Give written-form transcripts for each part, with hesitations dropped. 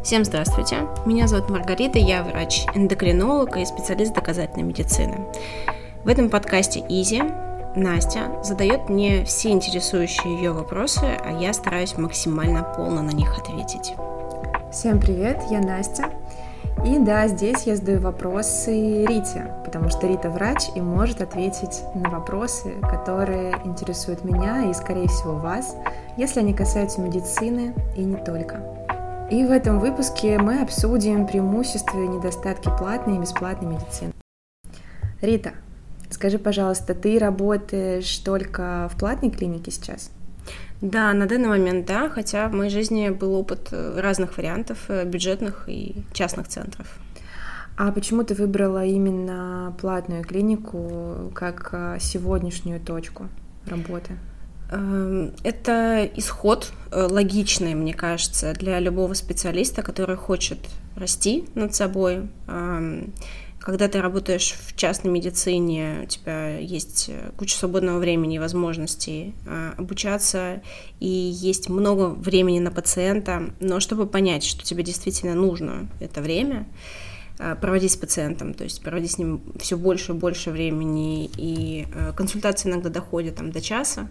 Всем здравствуйте, меня зовут Маргарита, я врач-эндокринолог и специалист доказательной медицины. В этом подкасте «Изи» Настя задает мне все интересующие ее вопросы, а я стараюсь максимально полно на них ответить. Всем привет, я Настя. И да, здесь я задаю вопросы Рите, потому что Рита врач и может ответить на вопросы, которые интересуют меня и, скорее всего, вас, если они касаются медицины и не только. И в этом выпуске мы обсудим преимущества и недостатки платной и бесплатной медицины. Рита, скажи, пожалуйста, ты работаешь только в платной клинике сейчас? Да, на данный момент да, хотя в моей жизни был опыт разных вариантов, бюджетных и частных центров. А почему ты выбрала именно платную клинику как сегодняшнюю точку работы? Это исход логичный, мне кажется, для любого специалиста, который хочет расти над собой. Когда ты работаешь в частной медицине, у тебя есть куча свободного времени и возможностей обучаться, и есть много времени на пациента, но чтобы понять, что тебе действительно нужно это время, проводить с пациентом, то есть проводить с ним все больше и больше времени, и консультации иногда доходят до часа,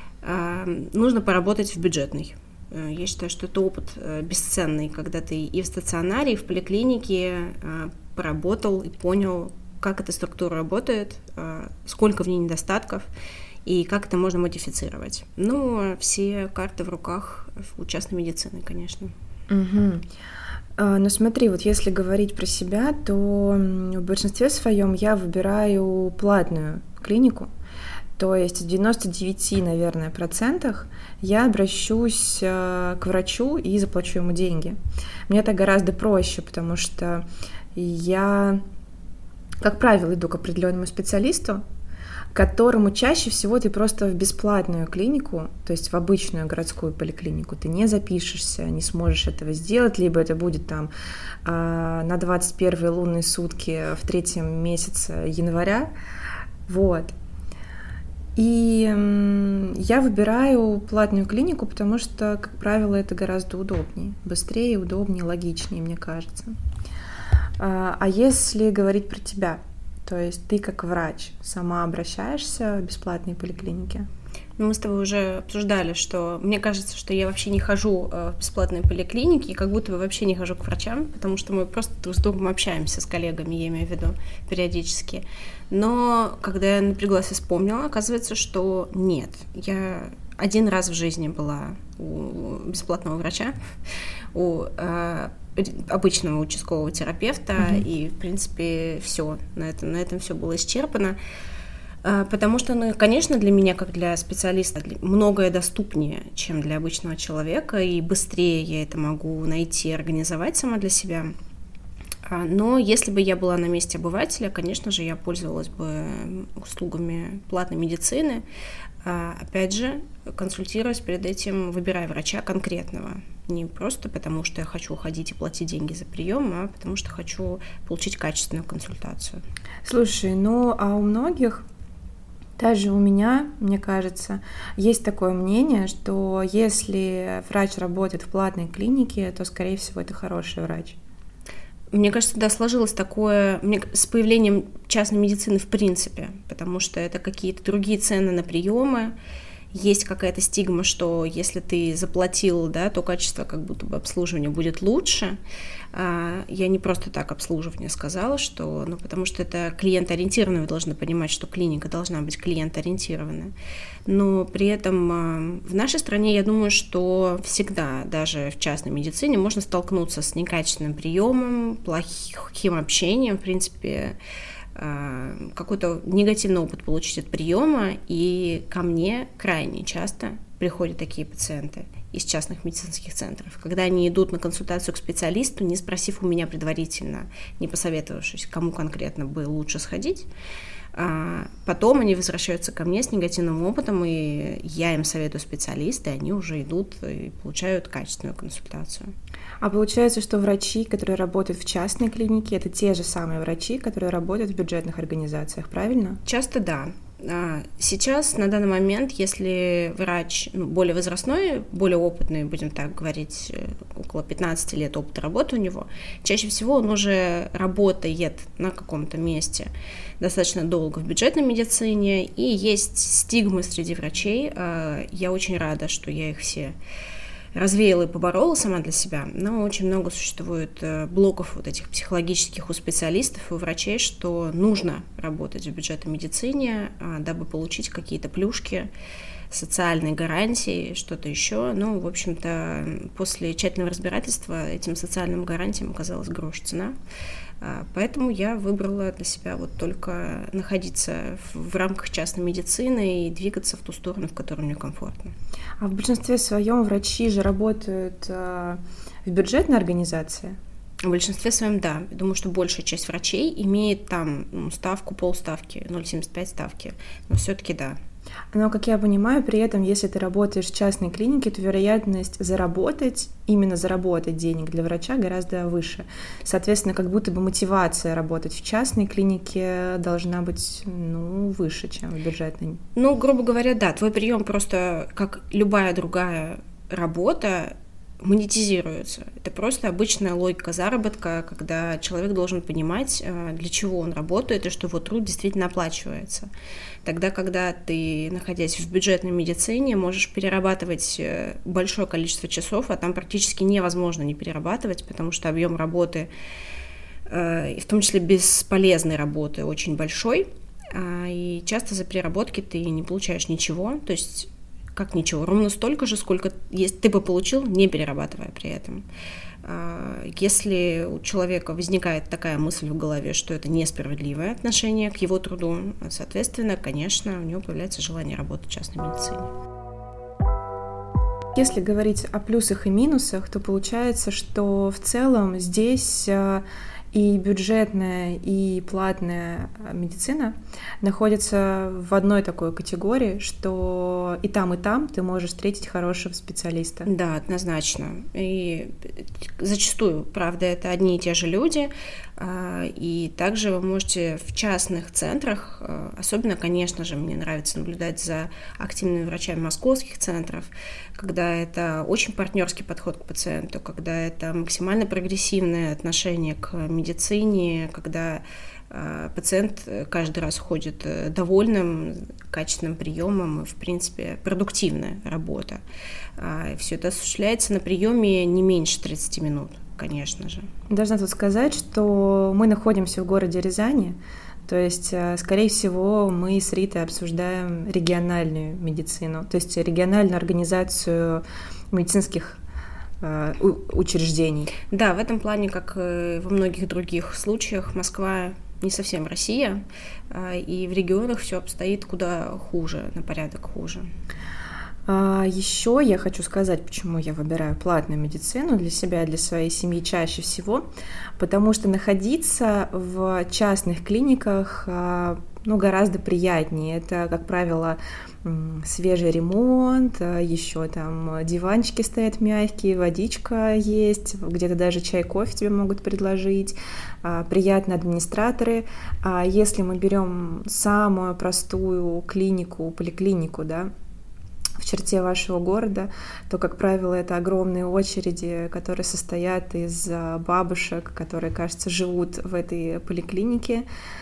нужно поработать в бюджетной. Я считаю, что это опыт бесценный, когда ты и в стационаре, и в поликлинике поработал и понял, как эта структура работает, сколько в ней недостатков и как это можно модифицировать. Ну, все карты в руках у частной медицины, конечно. Угу. Но смотри, вот если говорить про себя, то в большинстве своем я выбираю платную клинику. То есть в 99, наверное, процентах я обращусь к врачу и заплачу ему деньги. Мне это гораздо проще, потому что я, как правило, иду к определенному специалисту, которому чаще всего ты просто в бесплатную клинику, то есть в обычную городскую поликлинику, ты не запишешься, не сможешь этого сделать, либо это будет на 21 лунные сутки в 3-м месяце января. Вот. И я выбираю платную клинику, потому что, как правило, это гораздо удобнее, быстрее, удобнее, логичнее, мне кажется. А если говорить про тебя, то есть ты как врач сама обращаешься в бесплатные поликлиники? Мы с тобой уже обсуждали, что мне кажется, что я вообще не хожу в бесплатные поликлиники, и как будто бы вообще не хожу к врачам, потому что мы просто друг с другом общаемся с коллегами, я имею в виду, периодически. Но когда я напряглась и вспомнила, оказывается, что нет. Я один раз в жизни была у бесплатного врача, у обычного участкового терапевта, и, в принципе, все. На этом все было исчерпано. Потому что, конечно, для меня, как для специалиста, многое доступнее, чем для обычного человека, и быстрее я это могу найти и организовать сама для себя. Но если бы я была на месте обывателя, конечно же, я пользовалась бы услугами платной медицины, опять же, консультируясь перед этим, выбирая врача конкретного. Не просто потому, что я хочу ходить и платить деньги за прием, а потому что хочу получить качественную консультацию. Слушай, а у многих, даже у меня, мне кажется, есть такое мнение, что если врач работает в платной клинике, то, скорее всего, это хороший врач. Мне кажется, да, сложилось такое с появлением частной медицины в принципе, потому что это какие-то другие цены на приемы, есть какая-то стигма, что если ты заплатил, да, то качество как будто бы обслуживания будет лучше. Я не просто так обслуживание сказала, что, потому что это клиент-ориентированно, вы должны понимать, что клиника должна быть клиент-ориентированная. Но при этом в нашей стране, я думаю, что всегда, даже в частной медицине, можно столкнуться с некачественным приемом, плохим общением, в принципе, какой-то негативный опыт получить от приема, и ко мне крайне часто приходят такие пациенты из частных медицинских центров, когда они идут на консультацию к специалисту, не спросив у меня предварительно, не посоветовавшись, кому конкретно бы лучше сходить, потом они возвращаются ко мне с негативным опытом, и я им советую специалиста, и они уже идут и получают качественную консультацию. А получается, что врачи, которые работают в частной клинике, это те же самые врачи, которые работают в бюджетных организациях, правильно? Часто да. Сейчас, на данный момент, если врач более возрастной, более опытный, будем так говорить, около 15 лет опыта работы у него, чаще всего он уже работает на каком-то месте достаточно долго в бюджетной медицине, и есть стигмы среди врачей. Я очень рада, что я их все развеяла и поборола сама для себя, но очень много существует блоков вот этих психологических у специалистов и у врачей, что нужно работать в бюджетной медицине, дабы получить какие-то плюшки, социальные гарантии, что-то еще. Ну, в общем-то, после тщательного разбирательства этим социальным гарантиям оказалась грош цена. Поэтому я выбрала для себя вот только находиться в рамках частной медицины и двигаться в ту сторону, в которой мне комфортно. А в большинстве своем врачи же работают в бюджетной организации? В большинстве своем, да. Я думаю, что большая часть врачей имеет там ставку, полставки, 0,75 ставки. Но все-таки да. Но, как я понимаю, при этом, если ты работаешь в частной клинике, то вероятность именно заработать денег для врача гораздо выше. Соответственно, как будто бы мотивация работать в частной клинике должна быть, выше, чем в бюджетной. Грубо говоря, да, твой прием просто, как любая другая работа, монетизируется. Это просто обычная логика заработка, когда человек должен понимать, для чего он работает и что его труд действительно оплачивается. Тогда, когда ты, находясь в бюджетной медицине, можешь перерабатывать большое количество часов, а там практически невозможно не перерабатывать, потому что объем работы, и в том числе бесполезной работы, очень большой, и часто за переработки ты не получаешь ничего, то есть как ничего, ровно столько же, сколько ты бы получил, не перерабатывая при этом. Если у человека возникает такая мысль в голове, что это несправедливое отношение к его труду, соответственно, конечно, у него появляется желание работать в частной медицине. Если говорить о плюсах и минусах, то получается, что в целом здесь и бюджетная, и платная медицина находятся в одной такой категории, что и там ты можешь встретить хорошего специалиста. Да, однозначно. И зачастую, правда, это одни и те же люди, и также вы можете в частных центрах, особенно, конечно же, мне нравится наблюдать за активными врачами московских центров, когда это очень партнерский подход к пациенту, когда это максимально прогрессивное отношение к медицине, когда пациент каждый раз ходит довольным, качественным приемом и, в принципе, продуктивная работа. Все это осуществляется на приеме не меньше 30 минут, конечно же. Должна тут сказать, что мы находимся в городе Рязани, то есть, скорее всего, мы с Ритой обсуждаем региональную медицину, то есть региональную организацию медицинских учреждений. Да, в этом плане, как и во многих других случаях, Москва не совсем Россия, и в регионах все обстоит куда хуже, на порядок хуже. Еще я хочу сказать, почему я выбираю платную медицину для себя и для своей семьи чаще всего, потому что находиться в частных клиниках гораздо приятнее. Это, как правило, свежий ремонт, еще там диванчики стоят мягкие, водичка есть, где-то даже чай, кофе тебе могут предложить, приятные администраторы. А если мы берем самую простую клинику, поликлинику, да, в черте вашего города, то, как правило, это огромные очереди, которые состоят из бабушек, которые, кажется, живут в этой поликлинике.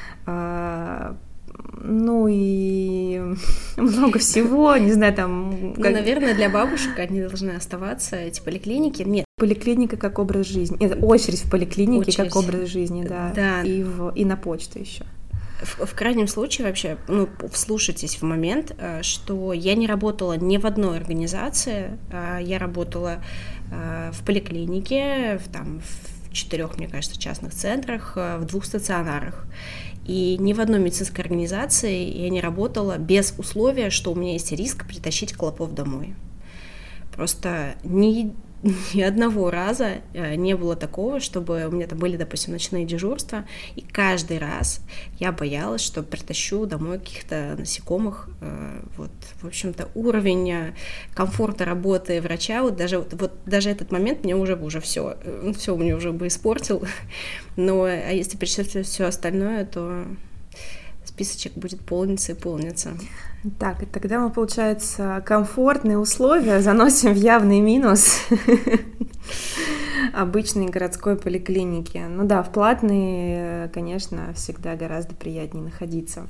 И много всего, не знаю, там... Наверное, для бабушек они должны оставаться, эти поликлиники. Нет. Поликлиника как образ жизни. Это очередь в поликлинике как образ жизни, да. Да. И на почту еще. В крайнем случае вообще, вслушайтесь в момент, что я не работала ни в одной организации, я работала в поликлинике, в 4, мне кажется, частных центрах, в 2 стационарах. И ни в одной медицинской организации я не работала без условия, что у меня есть риск притащить клопов домой. Просто ни одного раза не было такого, чтобы у меня там были, допустим, ночные дежурства, и каждый раз я боялась, что притащу домой каких-то насекомых. В общем-то, уровень комфорта работы врача, даже этот момент мне уже все мне уже бы испортил. Но если перечислить все остальное, то списочек будет полниться и полниться. Так, и тогда мы, получается, комфортные условия заносим в явный минус обычной городской поликлиники. Ну да, в платной, конечно, всегда гораздо приятнее находиться.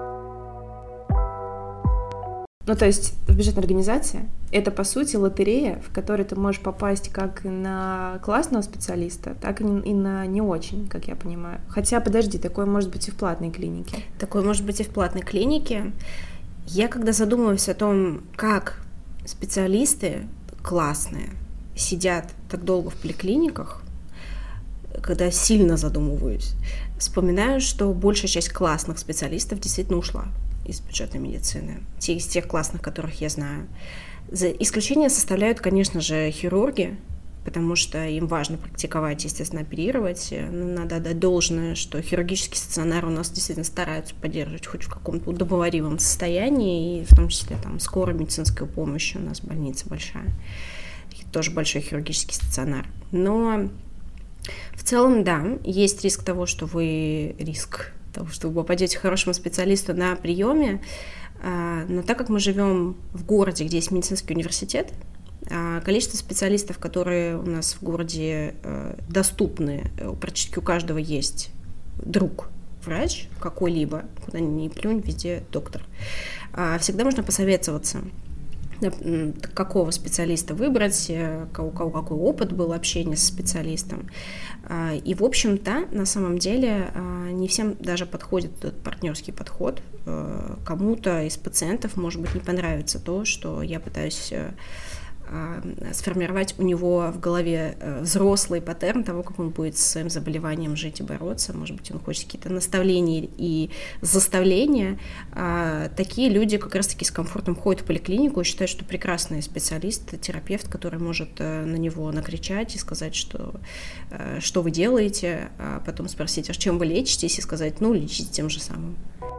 Ну, то есть бюджетная организация — это, по сути, лотерея, в которой ты можешь попасть как на классного специалиста, так и на не очень, как я понимаю. Хотя, подожди, такое может быть и в платной клинике. Такое может быть и в платной клинике. Я, когда задумываюсь о том, как специалисты классные сидят так долго в поликлиниках, когда сильно задумываюсь, вспоминаю, что большая часть классных специалистов действительно ушла из бюджетной медицины, из тех классных, которых я знаю. За исключение составляют, конечно же, хирурги, потому что им важно практиковать, естественно, оперировать. Надо отдать должное, что хирургический стационар у нас действительно стараются поддерживать хоть в каком-то удобоваримом состоянии, и в том числе там скорой медицинской помощи. У нас больница большая, тоже большой хирургический стационар. Но в целом, да, есть риск того, что вы попадете к хорошему специалисту на приеме, но так как мы живем в городе, где есть медицинский университет, количество специалистов, которые у нас в городе доступны, практически у каждого есть друг, врач какой-либо, куда ни плюнь, везде доктор. Всегда можно посоветоваться, какого специалиста выбрать, у кого какой опыт был общения с специалистом. И, в общем-то, на самом деле, не всем даже подходит этот партнерский подход. Кому-то из пациентов, может быть, не понравится то, что я пытаюсь сформировать у него в голове взрослый паттерн того, как он будет со своим заболеванием жить и бороться. Может быть, он хочет какие-то наставления и заставления. Такие люди как раз-таки с комфортом ходят в поликлинику и считают, что прекрасный специалист, терапевт, который может на него накричать и сказать, что вы делаете, а потом спросить, а чем вы лечитесь, и сказать, лечите тем же самым.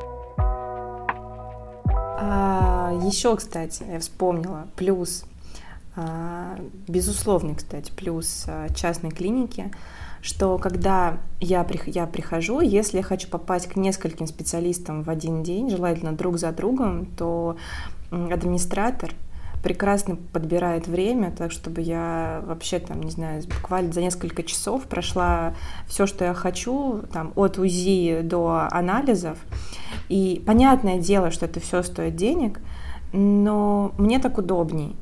Еще, кстати, я вспомнила, плюс безусловный, кстати, плюс частной клиники, что когда я прихожу, если я хочу попасть к нескольким специалистам в один день, желательно друг за другом, то администратор прекрасно подбирает время, так чтобы я вообще буквально за несколько часов прошла все, что я хочу, от УЗИ до анализов. И понятное дело, что это все стоит денег, но мне так удобней.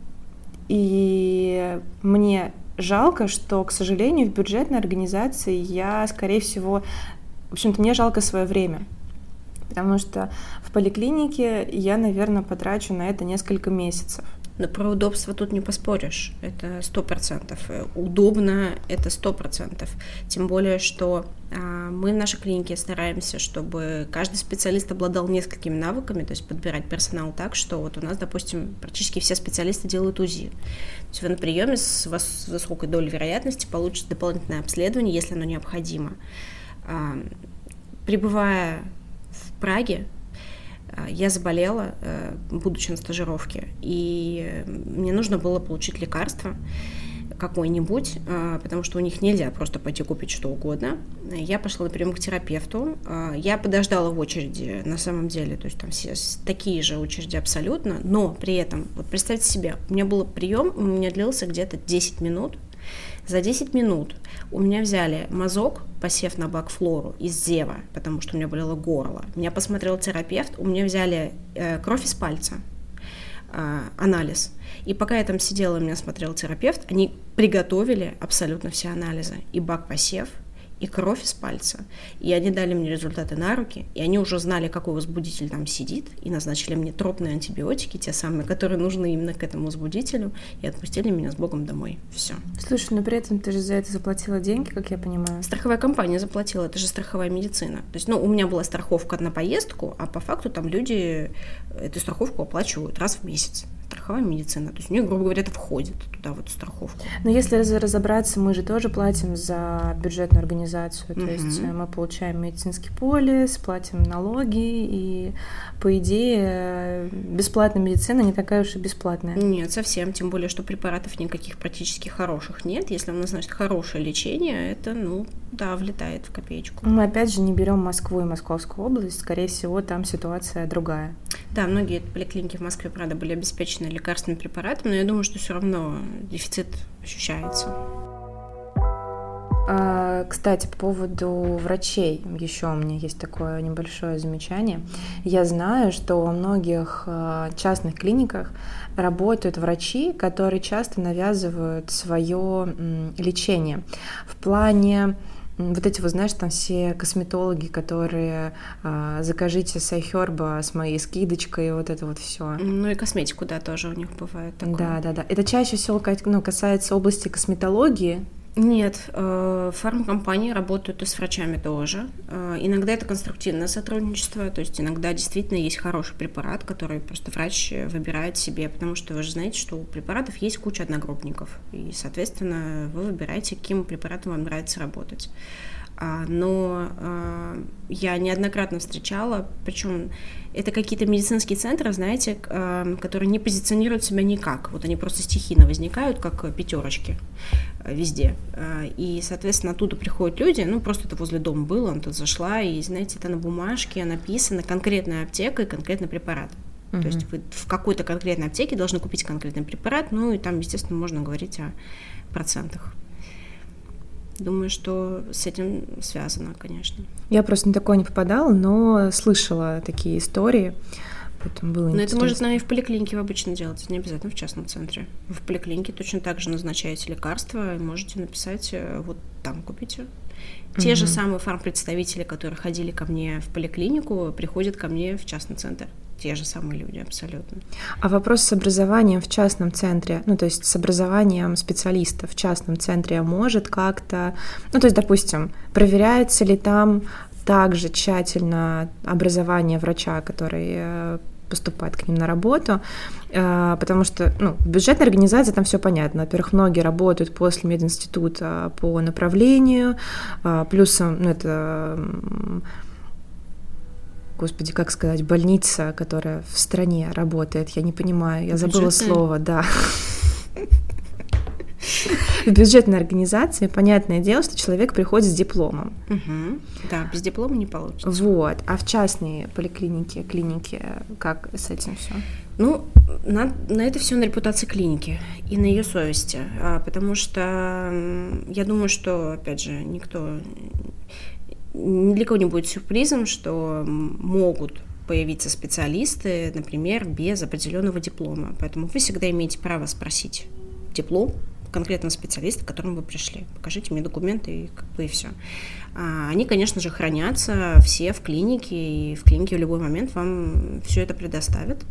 И мне жалко, что, к сожалению, в бюджетной организации я, скорее всего, в общем-то, мне жалко свое время, потому что в поликлинике я, наверное, потрачу на это несколько месяцев. Но про удобство тут не поспоришь, это 100%. Удобно это 100%. Тем более, что мы в нашей клинике стараемся, чтобы каждый специалист обладал несколькими навыками, то есть подбирать персонал так, что вот у нас, допустим, практически все специалисты делают УЗИ. То есть вы на приеме с высокой долей вероятности получите дополнительное обследование, если оно необходимо. Прибывая в Праге, я заболела, будучи на стажировке, и мне нужно было получить лекарство какое-нибудь, потому что у них нельзя просто пойти купить что угодно. Я пошла на прием к терапевту, я подождала в очереди, на самом деле, то есть там все такие же очереди абсолютно, но при этом, вот представьте себе, у меня был прием, у меня длился где-то 10 минут. За 10 минут у меня взяли мазок, посев на бакфлору из зева, потому что у меня болело горло. Меня посмотрел терапевт, у меня взяли кровь из пальца, анализ. И пока я там сидела, меня смотрел терапевт, они приготовили абсолютно все анализы. И бак-посев, и кровь из пальца. И они дали мне результаты на руки, и они уже знали, какой возбудитель там сидит, и назначили мне тропные антибиотики, те самые, которые нужны именно к этому возбудителю, и отпустили меня с Богом домой. Все. Слушай, но при этом ты же за это заплатила деньги, как я понимаю. Страховая компания заплатила, это же страховая медицина. То есть, у меня была страховка на поездку, а по факту там люди эту страховку оплачивают раз в месяц. страховая медицина. То есть у нее, грубо говоря, это входит туда, в эту страховку. Но если разобраться, мы же тоже платим за бюджетную организацию. То есть мы получаем медицинский полис, платим налоги, и, по идее, бесплатная медицина не такая уж и бесплатная. Нет, совсем. Тем более, что препаратов никаких практически хороших нет. Если он назначит хорошее лечение, это, влетает в копеечку. Мы, опять же, не берем Москву и Московскую область. Скорее всего, там ситуация другая. Да, многие поликлиники в Москве, правда, были обеспечены лекарственными препаратами, но я думаю, что все равно дефицит ощущается. Кстати, по поводу врачей, еще у меня есть такое небольшое замечание. Я знаю, что во многих частных клиниках работают врачи, которые часто навязывают свое лечение в плане вот эти, знаешь, там все косметологи, которые закажите с iHerb с моей скидочкой, вот это вот все. Ну и косметику, да, тоже у них бывает такое. Да. Это чаще всего касается области косметологии. Нет, фармкомпании работают и с врачами тоже. Иногда это конструктивное сотрудничество, то есть иногда действительно есть хороший препарат, который просто врач выбирает себе, потому что вы же знаете, что у препаратов есть куча одногруппников, и, соответственно, вы выбираете, каким препаратом вам нравится работать. Но я неоднократно встречала, причем это какие-то медицинские центры, знаете, которые не позиционируют себя никак. Вот они просто стихийно возникают, как пятерочки везде. И, соответственно, оттуда приходят люди, просто это возле дома было, он тут зашла, и, знаете, это на бумажке написано конкретная аптека и конкретный препарат. То есть вы в какой-то конкретной аптеке должны купить конкретный препарат, и там, естественно, можно говорить о процентах. Думаю, что с этим связано, конечно. Я просто на такое не попадала, но слышала такие истории, поэтому было интересно. Но это можно и в поликлинике обычно делать, не обязательно в частном центре. Вы в поликлинике точно так же назначаете лекарства и можете написать, вот там купите. Те же самые фармпредставители, которые ходили ко мне в поликлинику, приходят ко мне в частный центр. Те же самые люди, абсолютно. А вопрос с образованием в частном центре, то есть с образованием специалиста в частном центре может как-то, то есть, допустим, проверяется ли там также тщательно образование врача, который поступает к ним на работу, потому что в бюджетной организации там все понятно. Во-первых, многие работают после мединститута по направлению, плюсом, это... Господи, как сказать, больница, которая в стране работает, я не понимаю, я забыла слово, да. В бюджетной организации, понятное дело, что человек приходит с дипломом. Да, без диплома не получится. Вот, а в частные поликлиники, клиники, как с этим все? На это все на репутации клиники и на ее совести, потому что я думаю, что, опять же, ни для кого не будет сюрпризом, что могут появиться специалисты, например, без определенного диплома. Поэтому вы всегда имеете право спросить диплом конкретного специалиста, к которому вы пришли. Покажите мне документы, и все. Они, конечно же, хранятся все в клинике, и в клинике в любой момент вам все это предоставят.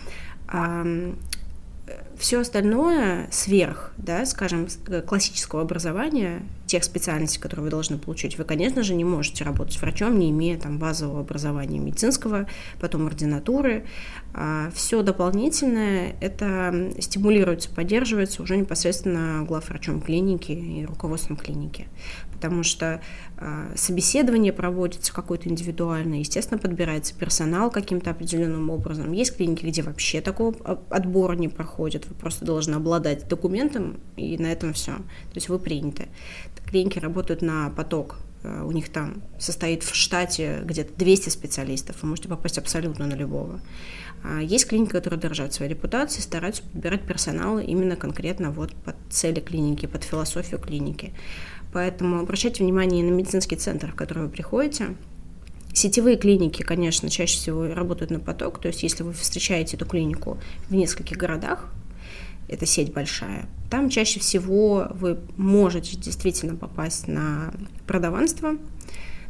Все остальное сверх, скажем, классического образования, тех специальностей, которые вы должны получить, вы, конечно же, не можете работать врачом, не имея базового образования медицинского, потом ординатуры. Все дополнительное, это стимулируется, поддерживается уже непосредственно главврачом клиники и руководством клиники. Потому что собеседование проводится какое-то индивидуальное, естественно, подбирается персонал каким-то определенным образом. Есть клиники, где вообще такого отбора не проходит, вы просто должны обладать документом, и на этом все. То есть вы приняты. Клиники работают на поток, у них там состоит в штате где-то 200 специалистов, вы можете попасть абсолютно на любого. Есть клиники, которые держат своей репутацией, стараются подбирать персонал именно конкретно под цели клиники, под философию клиники. Поэтому обращайте внимание на медицинский центр, в который вы приходите. Сетевые клиники, конечно, чаще всего работают на поток, то есть если вы встречаете эту клинику в нескольких городах, это сеть большая, там чаще всего вы можете действительно попасть на продаванство,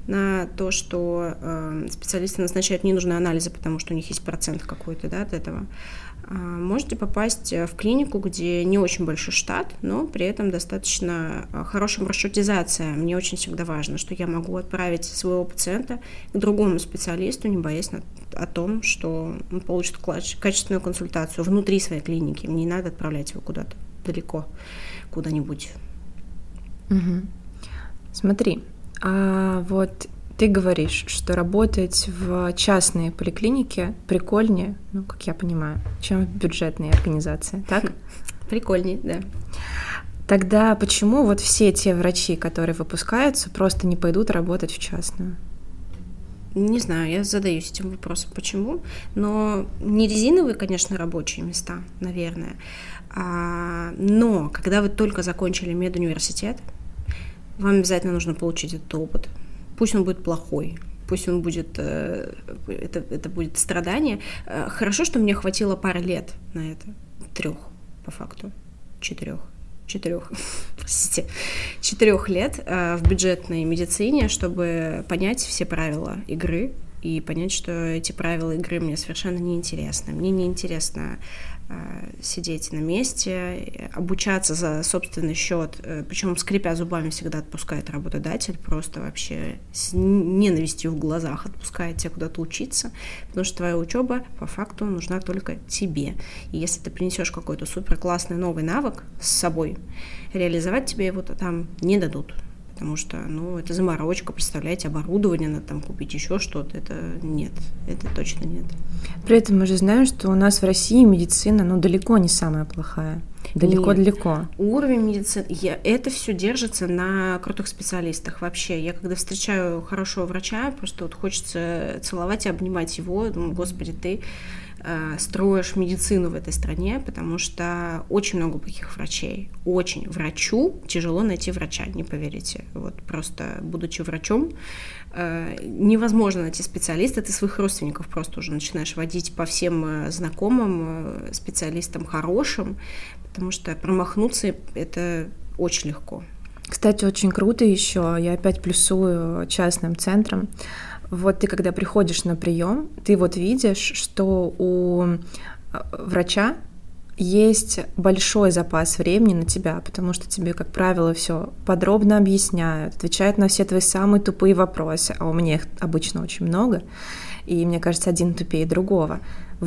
на то, что специалисты назначают ненужные анализы, потому что у них есть процент какой-то, да, от этого, можете попасть в клинику, где не очень большой штат, но при этом достаточно хорошая маршрутизация. Мне очень всегда важно, что я могу отправить своего пациента к другому специалисту, не боясь о том, что он получит качественную консультацию внутри своей клиники. Мне не надо отправлять его куда-то далеко, куда-нибудь. Угу. Смотри, а вот ты говоришь, что работать в частной поликлинике прикольнее, ну, как я понимаю, чем в бюджетной организации, так? Прикольнее, да. Тогда почему вот все те врачи, которые выпускаются, просто не пойдут работать в частную? Не знаю, я задаюсь этим вопросом, почему, но не резиновые, конечно, рабочие места, наверное, но когда вы только закончили медуниверситет, вам обязательно нужно получить этот опыт. Пусть он будет плохой, пусть он будет, это будет страдание. Хорошо, что мне хватило пары лет на это, 3, по факту, 4 лет в бюджетной медицине, чтобы понять все правила игры и понять, что эти правила игры мне совершенно неинтересны. Мне неинтересно сидеть на месте, обучаться за собственный счет, причем скрипя зубами всегда отпускает работодатель, просто вообще с ненавистью в глазах отпускает тебя куда-то учиться, потому что твоя учеба по факту нужна только тебе. И если ты принесешь какой-то супер классный новый навык с собой, реализовать тебе его там не дадут. Потому что, это заморочка, представляете, оборудование надо там купить, еще что-то, это нет, это точно нет. При этом мы же знаем, что у нас в России медицина, далеко не самая плохая, далеко-далеко. Уровень медицины, это все держится на крутых специалистах вообще. Я когда встречаю хорошего врача, просто хочется целовать и обнимать его, думаю, господи, ты строишь медицину в этой стране, потому что очень много плохих врачей. Очень. Врачу тяжело найти врача, не поверите. Просто будучи врачом, невозможно найти специалиста, ты своих родственников просто уже начинаешь водить по всем знакомым специалистам хорошим, потому что промахнуться это очень легко. Кстати, очень круто еще, я опять плюсую частным центрам. Вот ты, когда приходишь на прием, ты видишь, что у врача есть большой запас времени на тебя, потому что тебе, как правило, все подробно объясняют, отвечают на все твои самые тупые вопросы, а у меня их обычно очень много, и мне кажется, один тупее другого.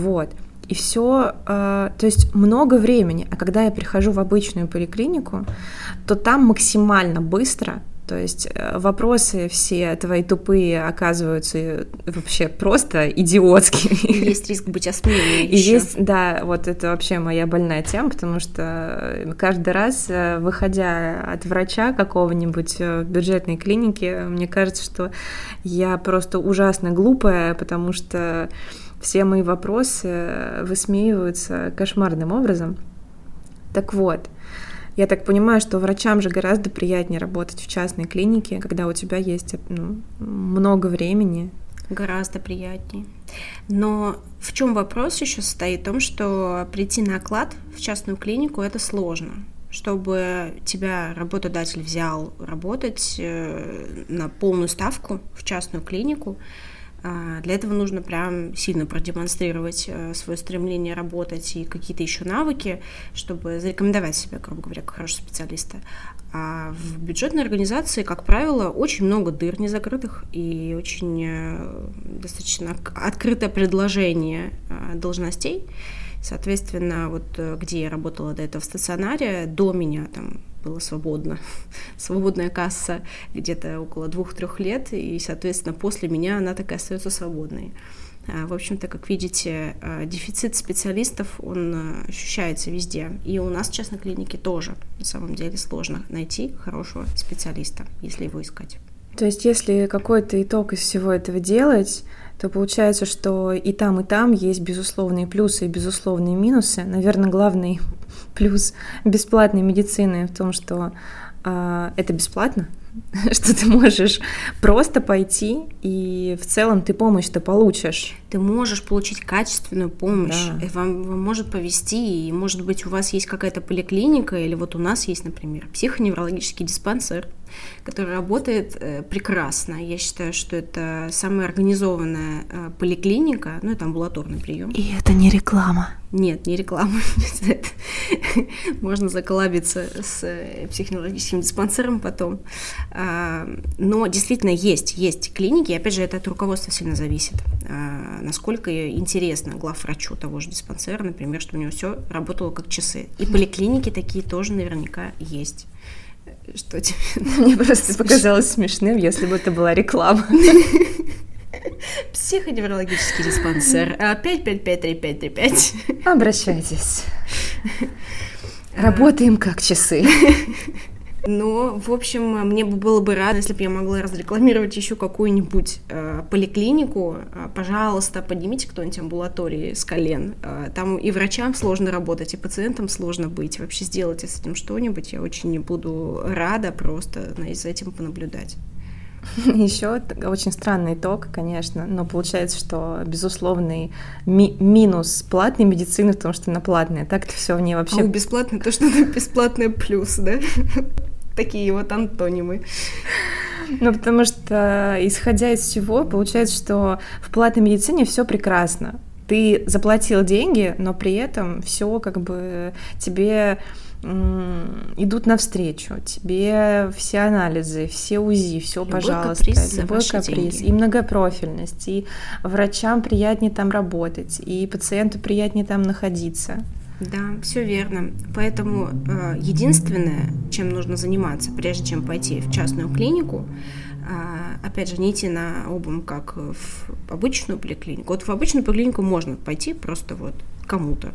И все, то есть много времени. А когда я прихожу в обычную поликлинику, то там максимально быстро. То есть вопросы все твои тупые оказываются вообще просто идиотскими. Есть риск быть осмеянным. И есть, да, это вообще моя больная тема, потому что каждый раз, выходя от врача какого-нибудь в бюджетной клинике, мне кажется, что я просто ужасно глупая, потому что все мои вопросы высмеиваются кошмарным образом. Так вот, я так понимаю, что врачам же гораздо приятнее работать в частной клинике, когда у тебя есть много времени. Гораздо приятнее. Но в чем вопрос еще состоит в том, что прийти на оклад в частную клинику это сложно. Чтобы тебя работодатель взял работать на полную ставку в частную клинику, для этого нужно прям сильно продемонстрировать свое стремление работать и какие-то еще навыки, чтобы зарекомендовать себя, грубо говоря, как хорошего специалиста. А в бюджетной организации, как правило, очень много дыр незакрытых и очень достаточно открытое предложение должностей. Соответственно, где я работала до этого в стационаре, до меня там было свободная касса где-то около 2-3 лет, и, соответственно, после меня она так и остается свободной. В общем-то, как видите, дефицит специалистов, он ощущается везде. И у нас в частной клинике тоже, на самом деле, сложно найти хорошего специалиста, если его искать. То есть, если какой-то итог из всего этого делать, то получается, что и там есть безусловные плюсы и безусловные минусы. Наверное, главный плюс бесплатной медицины в том, что это бесплатно, что ты можешь просто пойти, и в целом ты помощь-то получишь. Ты можешь получить качественную помощь, да. Вам может повезти, и, может быть, у вас есть какая-то поликлиника, или у нас есть, например, психоневрологический диспансер, который работает прекрасно. Я считаю, что это самая организованная поликлиника, ну, это амбулаторный прием. И это не реклама. Нет, не реклама. Можно заколабиться с психоневрологическим диспансером потом. Но действительно есть клиники, и опять же, это от руководства сильно зависит. Насколько интересно главврачу того же диспансера, например, что у него все работало как часы. И поликлиники такие тоже наверняка есть. Что тебе? Мне просто показалось смешным, если бы это была реклама. Психоневрологический диспансер 5553535. Обращайтесь. Работаем как часы. Ну, в общем, мне было бы рада, если бы я могла разрекламировать еще какую-нибудь поликлинику. Пожалуйста, поднимите кто-нибудь амбулатории с колен. Там и врачам сложно работать, и пациентам сложно быть. Вообще сделайте с этим что-нибудь. Я очень буду рада просто за этим понаблюдать. Еще очень странный итог, конечно, но получается, что безусловный минус платной медицины в том, что она платная. Так-то все в ней вообще... А у бесплатной то, что это бесплатное плюс, да? Такие вот антонимы. Ну, потому что, исходя из всего, получается, что в платной медицине все прекрасно. Ты заплатил деньги, но при этом все как бы тебе идут навстречу, тебе все анализы, все УЗИ, все, пожалуйста, любой каприз, и многопрофильность, и врачам приятнее там работать, и пациенту приятнее там находиться. Да, все верно. Поэтому единственное, чем нужно заниматься, прежде чем пойти в частную клинику, опять же, не идти на обум, как в обычную поликлинику. Вот в обычную поликлинику можно пойти просто вот кому-то,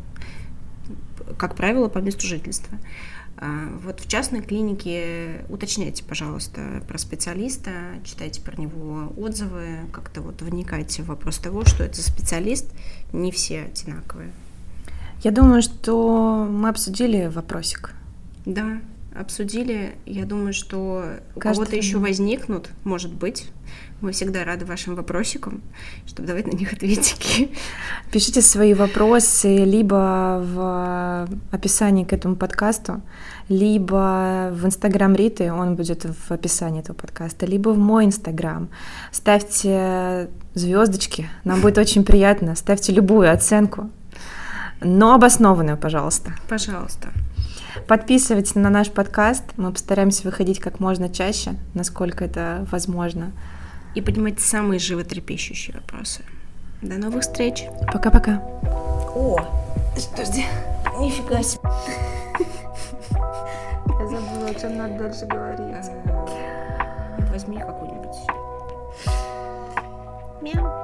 как правило, по месту жительства. Вот в частной клинике уточняйте, пожалуйста, про специалиста, читайте про него отзывы, как-то вот вникайте в вопрос того, что это за специалист, не все одинаковые. Я думаю, что мы обсудили вопросик. Да, обсудили. Я думаю, что у кого-то еще возникнут, может быть. Мы всегда рады вашим вопросикам, чтобы давать на них ответики. Пишите свои вопросы либо в описании к этому подкасту, либо в Инстаграм Риты, он будет в описании этого подкаста, либо в мой Инстаграм. Ставьте звездочки, нам будет очень приятно. Ставьте любую оценку, но обоснованную, пожалуйста. Пожалуйста. Подписывайтесь на наш подкаст, мы постараемся выходить как можно чаще, насколько это возможно. И поднимайте самые животрепещущие вопросы. До новых встреч. Пока-пока. О, подожди, нифига себе. Я забыла, о чем надо дальше говорить. Возьми какую-нибудь. Мяу.